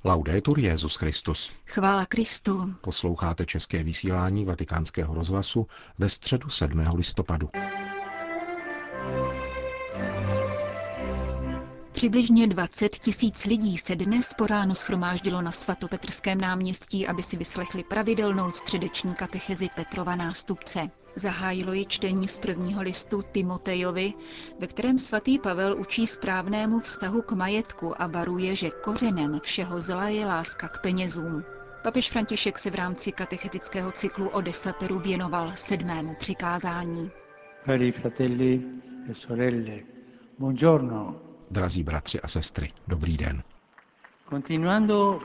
Laudetur Jesus Christus. Chvála Kristu. Posloucháte české vysílání Vatikánského rozhlasu ve středu 7. listopadu. Přibližně 20 000 lidí se dnes po ránu shromáždilo na svatopetrském náměstí, aby si vyslechli pravidelnou středeční katechezi Petrova nástupce. Zahájilo ji čtení z prvního listu Timotejovi, ve kterém svatý Pavel učí správnému vztahu k majetku a varuje, že kořenem všeho zla je láska k penězům. Papež František se v rámci katechetického cyklu o desateru věnoval 7. přikázání. Cari fratelli e sorelle, buongiorno. Drazí bratři a sestry, dobrý den. Continuando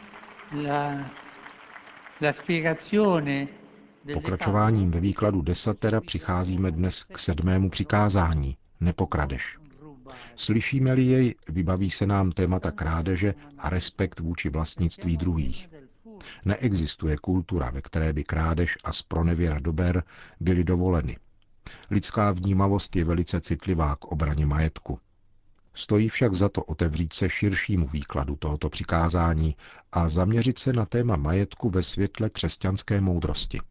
la spiegazione del Pokračováním ve výkladu desatera přicházíme dnes k 7. přikázání. Nepokradeš. Slyšíme-li jej, vybaví se nám témata krádeže a respekt vůči vlastnictví druhých. Neexistuje kultura, ve které by krádež a zpronevěra dober byly dovoleny. Lidská vnímavost je velice citlivá k obraně majetku. Stojí však za to otevřít se širšímu výkladu tohoto přikázání a zaměřit se na téma majetku ve světle křesťanské moudrosti.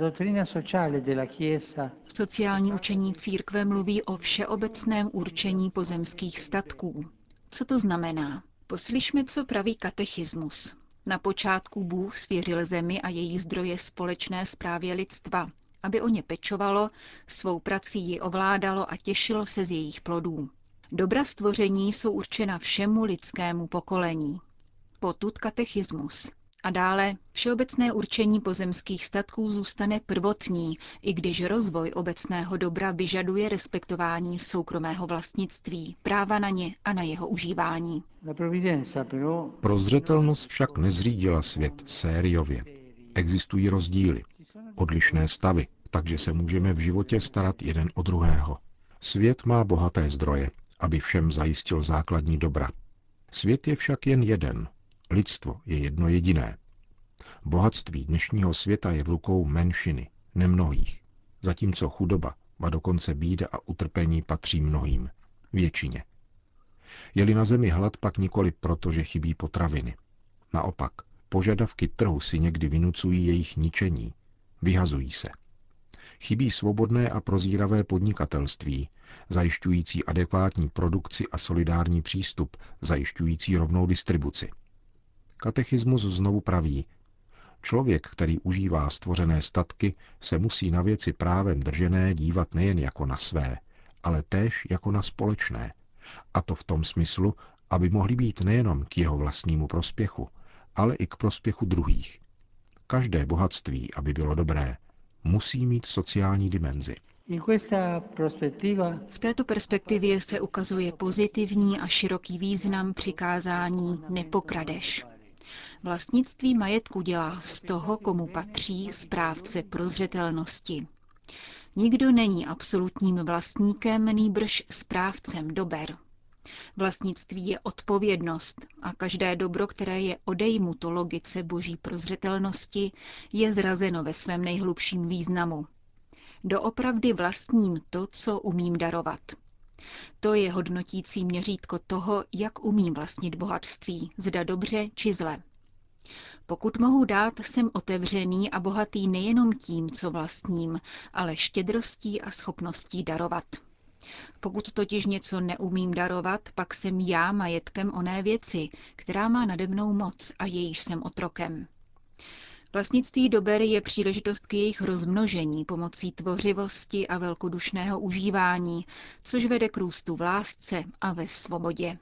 Sociální učení církve mluví o všeobecném určení pozemských statků. Co to znamená? Poslyšme, co praví katechismus. Na počátku Bůh svěřil zemi a její zdroje společné správě lidstva, aby o ně pečovalo, svou prací ji ovládalo a těšilo se z jejich plodů. Dobra stvoření jsou určena všemu lidskému pokolení. Potud katechismus. A dále všeobecné určení pozemských statků zůstane prvotní, i když rozvoj obecného dobra vyžaduje respektování soukromého vlastnictví, práva na ně a na jeho užívání. Prozřetelnost však nezřídila svět sériově. Existují rozdíly, odlišné stavy, takže se můžeme v životě starat jeden o druhého. Svět má bohaté zdroje, aby všem zajistil základní dobra. Svět je však jen jeden. Lidstvo je jedno jediné. Bohatství dnešního světa je v rukou menšiny, nemnohých, zatímco chudoba, a dokonce bída a utrpení patří mnohým, většině. Je-li na zemi hlad, pak nikoli proto, že chybí potraviny. Naopak, požadavky trhu si někdy vynucují jejich ničení, vyhazují se. Chybí svobodné a prozíravé podnikatelství, zajišťující adekvátní produkci a solidární přístup, zajišťující rovnou distribuci. Katechismus znovu praví, člověk, který užívá stvořené statky, se musí na věci právem držené dívat nejen jako na své, ale též jako na společné. A to v tom smyslu, aby mohly být nejenom k jeho vlastnímu prospěchu, ale i k prospěchu druhých. Každé bohatství, aby bylo dobré, musí mít sociální dimenzi. V této perspektivě se ukazuje pozitivní a široký význam přikázání nepokradeš. Vlastnictví majetku dělá z toho, komu patří, správce prozřetelnosti. Nikdo není absolutním vlastníkem, nýbrž správcem dober. Vlastnictví je odpovědnost a každé dobro, které je odejmuto logice boží prozřetelnosti, je zrazeno ve svém nejhlubším významu. Doopravdy vlastním to, co umím darovat. To je hodnotící měřítko toho, jak umím vlastnit bohatství, zda dobře či zle. Pokud mohu dát, jsem otevřený a bohatý nejenom tím, co vlastním, ale štědrostí a schopností darovat. Pokud totiž něco neumím darovat, pak jsem já majetkem oné věci, která má nade mnou moc a jejíž jsem otrokem. Vlastnictví dober je příležitost k jejich rozmnožení pomocí tvořivosti a velkodušného užívání, což vede k růstu v lásce a ve svobodě.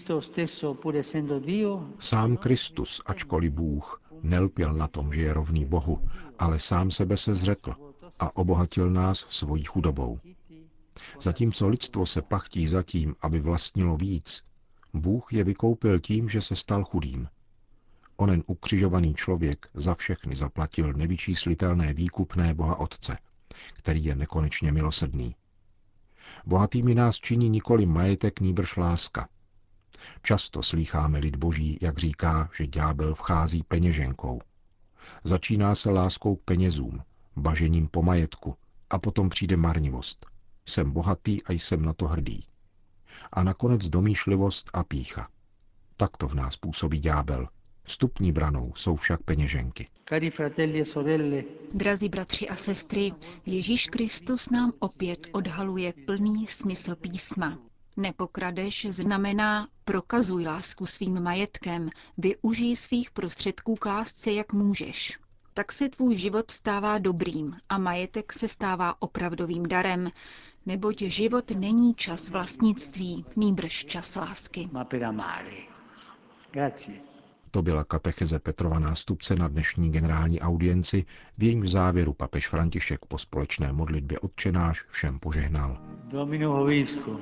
Sám Kristus, ačkoliv Bůh, nelpěl na tom, že je rovný Bohu, ale sám sebe se zřekl a obohatil nás svojí chudobou. Zatímco lidstvo se pachtí za tím, aby vlastnilo víc, Bůh je vykoupil tím, že se stal chudým. Onen ukřižovaný člověk za všechny zaplatil nevyčíslitelné výkupné Boha Otce, který je nekonečně milosrdný. Bohatými nás činí nikoli majetek, nýbrž láska. Často slýcháme lid boží, jak říká, že ďábel vchází peněženkou. Začíná se láskou k penězům, bažením po majetku a potom přijde marnivost. Jsem bohatý a jsem na to hrdý. A nakonec domýšlivost a pýcha. Tak to v nás působí ďábel. Vstupní branou jsou však peněženky. Cari fratelli e sorelle, Drazí bratři a sestry, Ježíš Kristus nám opět odhaluje plný smysl písma. Nepokradeš znamená prokazuj lásku svým majetkem, využij svých prostředků k lásce, jak můžeš. Tak se tvůj život stává dobrým a majetek se stává opravdovým darem, neboť život není čas vlastnictví, nýbrž čas lásky. ma per amare. Grazie. To byla katecheze Petrova nástupce na dnešní generální audienci, v jejímž závěru papež František po společné modlitbě Otčenáš všem požehnal. Domino vobiscum.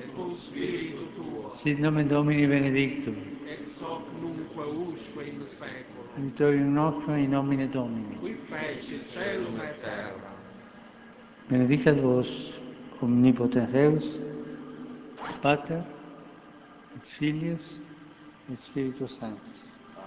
Sit nomen Domini benedictum. Ex hoc nunquo usque in seculum, Aiutorium nostrum in nomine Domini. qui feci caelum et terra. Benedicat vos omnipotens Deus, Pater, et Filius, et Spiritus Sanctus.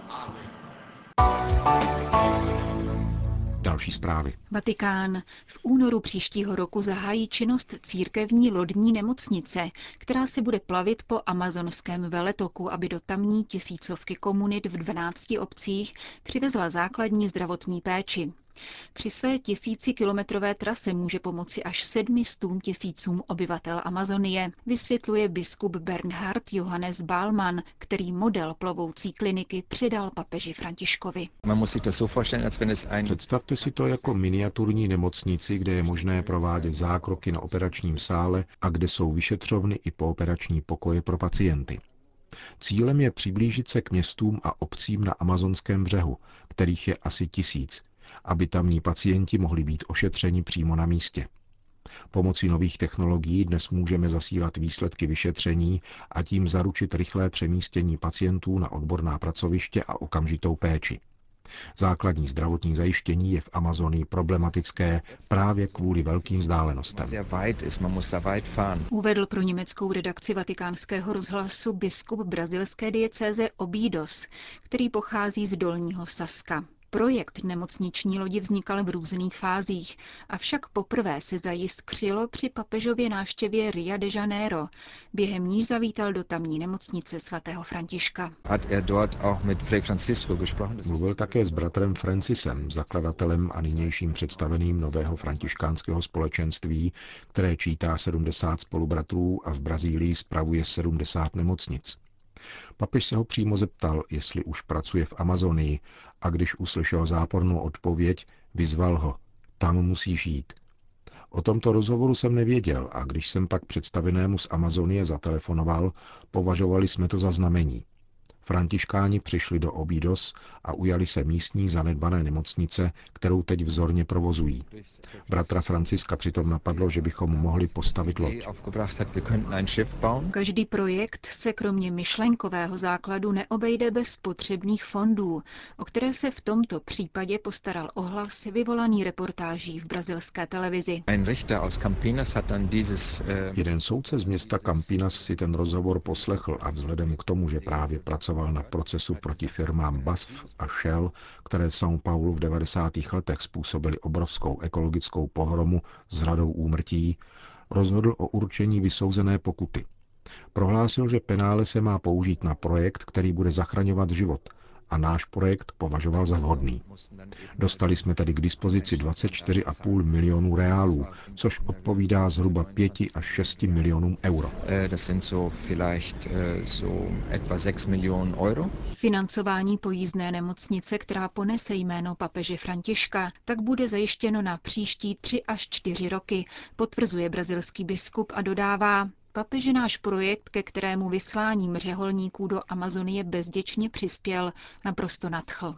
Další zprávy. Vatikán. V únoru příštího roku zahájí činnost církevní lodní nemocnice, která se bude plavit po amazonském veletoku, aby do tamní tisícovky komunit v 12 obcích přivezla základní zdravotní péči. Při své 1000kilometrové trase může pomoci až 700 000 obyvatel Amazonie, vysvětluje biskup Bernhard Johannes Bálman, který model plovoucí kliniky předal papeži Františkovi. Představte si to jako miniaturní nemocnici, kde je možné provádět zákroky na operačním sále a kde jsou vyšetřovny i pooperační pokoje pro pacienty. Cílem je přiblížit se k městům a obcím na amazonském břehu, kterých je asi 1000, aby tamní pacienti mohli být ošetřeni přímo na místě. Pomocí nových technologií dnes můžeme zasílat výsledky vyšetření a tím zaručit rychlé přemístění pacientů na odborná pracoviště a okamžitou péči. Základní zdravotní zajištění je v Amazonii problematické právě kvůli velkým vzdálenostem. Uvedl pro německou redakci Vatikánského rozhlasu biskup brazilské diecéze Óbidos, který pochází z Dolního Saska. Projekt nemocniční lodi vznikal v různých fázích, avšak poprvé se zajiskřilo při papežově návštěvě Ria de Janeiro, během níž zavítal do tamní nemocnice svatého Františka. Mluvil také s bratrem Francisem, zakladatelem a nynějším představeným nového františkánského společenství, které čítá 70 spolubratrů a v Brazílii spravuje 70 nemocnic. Papež se ho přímo zeptal, jestli už pracuje v Amazonii, a když uslyšel zápornou odpověď, vyzval ho, tam musíš jít. O tomto rozhovoru jsem nevěděl a když jsem pak představenému z Amazonie zatelefonoval, považovali jsme to za znamení. Františkáni přišli do Óbidos a ujali se místní zanedbané nemocnice, kterou teď vzorně provozují. Bratra Franciska přitom napadlo, že bychom mohli postavit loď. Každý projekt se kromě myšlenkového základu neobejde bez potřebných fondů, o které se v tomto případě postaral ohlas vyvolaný reportáží v brazilské televizi. Jeden soudce z města Campinas si ten rozhovor poslechl a vzhledem k tomu, že právě pracoval na procesu proti firmám BASF a Shell, které v São Paulu v 90. letech způsobily obrovskou ekologickou pohromu s řadou úmrtí, rozhodl o určení vysouzené pokuty. Prohlásil, že penále se má použít na projekt, který bude zachraňovat život, a náš projekt považoval za vhodný. Dostali jsme tedy k dispozici 24,5 milionů reálů, což odpovídá zhruba 5 až 6 milionům euro. Financování pojízdné nemocnice, která ponese jméno papeže Františka, tak bude zajištěno na příští 3 až 4 roky, potvrzuje brazilský biskup a dodává, papež náš projekt, ke kterému vysláním řeholníků do Amazonie bezděčně přispěl, naprosto nadchl.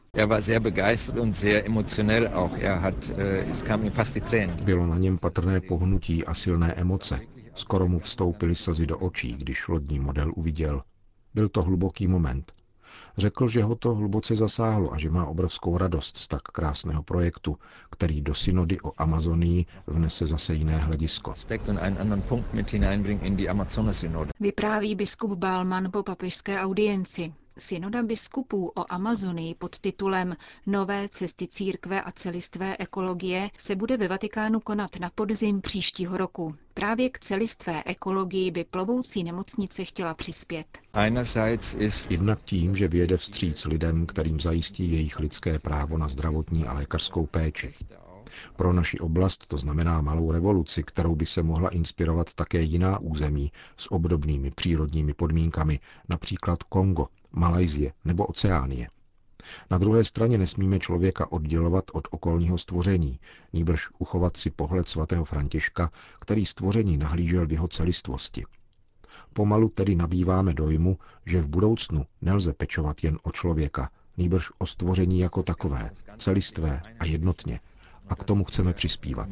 Bylo na něm patrné pohnutí a silné emoce. Skoro mu vstoupily slzy do očí, když lodní model uviděl. Byl to hluboký moment. Řekl, že ho to hluboce zasáhlo a že má obrovskou radost z tak krásného projektu, který do synody o Amazonii vnese zase jiné hledisko. Vypráví biskup Bálman po papežské audienci. Synoda biskupů o Amazonii pod titulem Nové cesty církve a celistvé ekologie se bude ve Vatikánu konat na podzim příštího roku. Právě k celistvé ekologii by plovoucí nemocnice chtěla přispět. Jednak tím, že vyjede vstříc lidem, kterým zajistí jejich lidské právo na zdravotní a lékařskou péči. Pro naši oblast to znamená malou revoluci, kterou by se mohla inspirovat také jiná území s obdobnými přírodními podmínkami, například Kongo, Malajsie nebo Oceánie. Na druhé straně nesmíme člověka oddělovat od okolního stvoření, nýbrž uchovat si pohled svatého Františka, který stvoření nahlížel v jeho celistvosti. Pomalu tedy nabýváme dojmu, že v budoucnu nelze pečovat jen o člověka, nýbrž o stvoření jako takové, celistvé a jednotně. A k tomu chceme přispívat.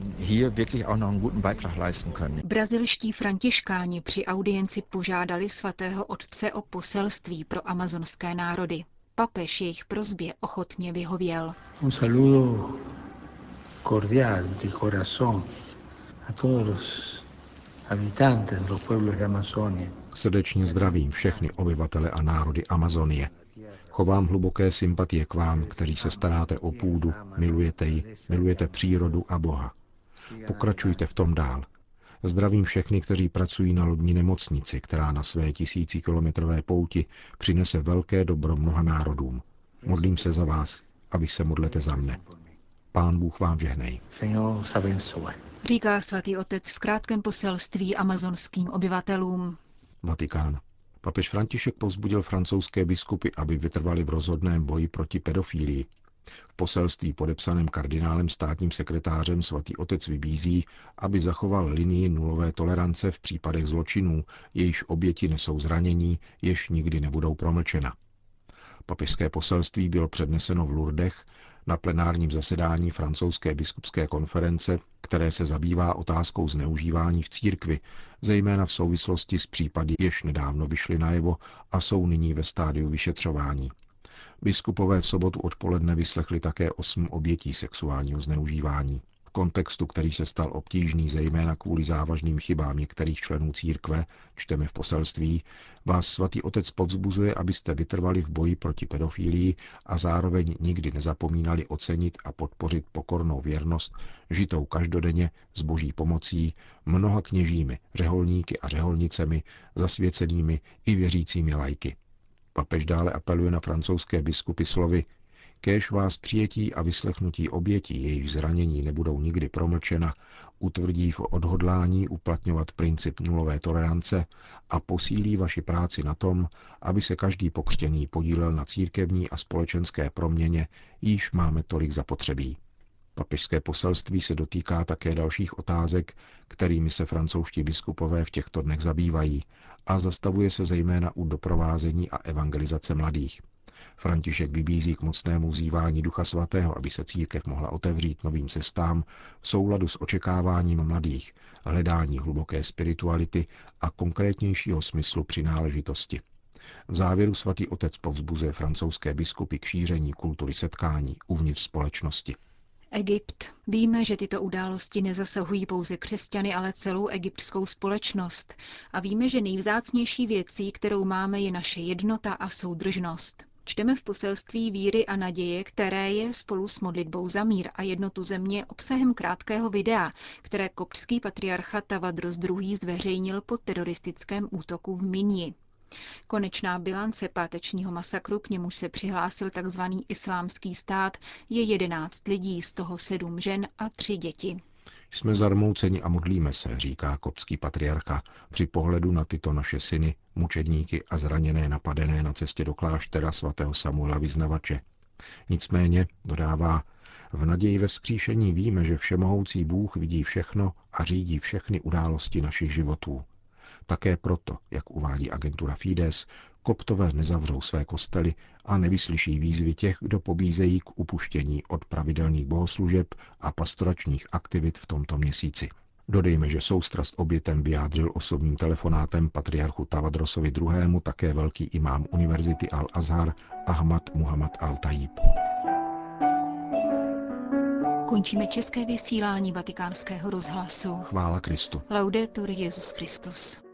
Brazilští františkáni při audienci požádali svatého otce o poselství pro amazonské národy. Papež jejich prosbě ochotně vyhověl. Un saludo cordial de corazón a todos los habitantes de los pueblos de Amazonia. Srdečně zdravím všechny obyvatele a národy Amazonie. Chovám hluboké sympatie k vám, kteří se staráte o půdu, milujete ji, milujete přírodu a Boha. Pokračujte v tom dál. Zdravím všechny, kteří pracují na lodní nemocnici, která na své tisícikilometrové pouti přinese velké dobro mnoha národům. Modlím se za vás a vy se modlete za mne. Pán Bůh vám žehnej. Říká svatý otec v krátkém poselství amazonským obyvatelům. Vatikán. Papež František povzbudil francouzské biskupy, aby vytrvali v rozhodném boji proti pedofilii. V poselství podepsaném kardinálem státním sekretářem svatý otec vybízí, aby zachoval linii nulové tolerance v případech zločinů, jejichž oběti nesou zranění, jež nikdy nebudou promlčena. Papežské poselství bylo předneseno v Lourdech na plenárním zasedání francouzské biskupské konference, které se zabývá otázkou zneužívání v církvi, zejména v souvislosti s případy, jež nedávno vyšly najevo a jsou nyní ve stádiu vyšetřování. Biskupové v sobotu odpoledne vyslechli také 8 obětí sexuálního zneužívání. V kontextu, který se stal obtížný zejména kvůli závažným chybám některých členů církve, čteme v poselství, vás svatý otec povzbuzuje, abyste vytrvali v boji proti pedofilii a zároveň nikdy nezapomínali ocenit a podpořit pokornou věrnost, žitou každodenně s boží pomocí, mnoha kněžími, řeholníky a řeholnicemi, zasvěcenými i věřícími laiky. Papež dále apeluje na francouzské biskupy slovy: kéž vás přijetí a vyslechnutí obětí, jejichž zranění nebudou nikdy promlčena, utvrdí v odhodlání uplatňovat princip nulové tolerance a posílí vaši práci na tom, aby se každý pokřtěný podílel na církevní a společenské proměně, jíž máme tolik zapotřebí. Papežské poselství se dotýká také dalších otázek, kterými se francouzští biskupové v těchto dnech zabývají, a zastavuje se zejména u doprovázení a evangelizace mladých. František vybízí k mocnému vzývání Ducha Svatého, aby se církev mohla otevřít novým cestám v souladu s očekáváním mladých, hledání hluboké spirituality a konkrétnějšího smyslu přináležitosti. V závěru svatý otec povzbuzuje francouzské biskupy k šíření kultury setkání uvnitř společnosti. Egypt. Víme, že tyto události nezasahují pouze křesťany, ale celou egyptskou společnost. A víme, že nejvzácnější věcí, kterou máme, je naše jednota a soudržnost. Čteme v poselství víry a naděje, které je spolu s modlitbou za mír a jednotu země obsahem krátkého videa, které koptský patriarcha Tavadros II. Zveřejnil po teroristickém útoku v Minji. Konečná bilance pátečního masakru, k němuž se přihlásil tzv. Islámský stát, je 11 lidí, z toho 7 žen a 3 děti. Jsme zarmouceni a modlíme se, říká koptský patriarcha, při pohledu na tyto naše syny, mučedníky a zraněné napadené na cestě do kláštera svatého Samuela Vyznavače. Nicméně, dodává, v naději ve vzkříšení víme, že všemohoucí Bůh vidí všechno a řídí všechny události našich životů. Také proto, jak uvádí agentura Fides, Koptové nezavřou své kostely a nevyslyší výzvy těch, kdo pobízejí k upuštění od pravidelných bohoslužeb a pastoračních aktivit v tomto měsíci. Dodejme, že soustrast obětem vyjádřil osobním telefonátem patriarchu Tavadrosovi II. Také velký imám Univerzity Al-Azhar Ahmad Muhammad Al-Tajib. Končíme české vysílání Vatikánského rozhlasu. Chvála Kristu. Laudetur Jesus Christus.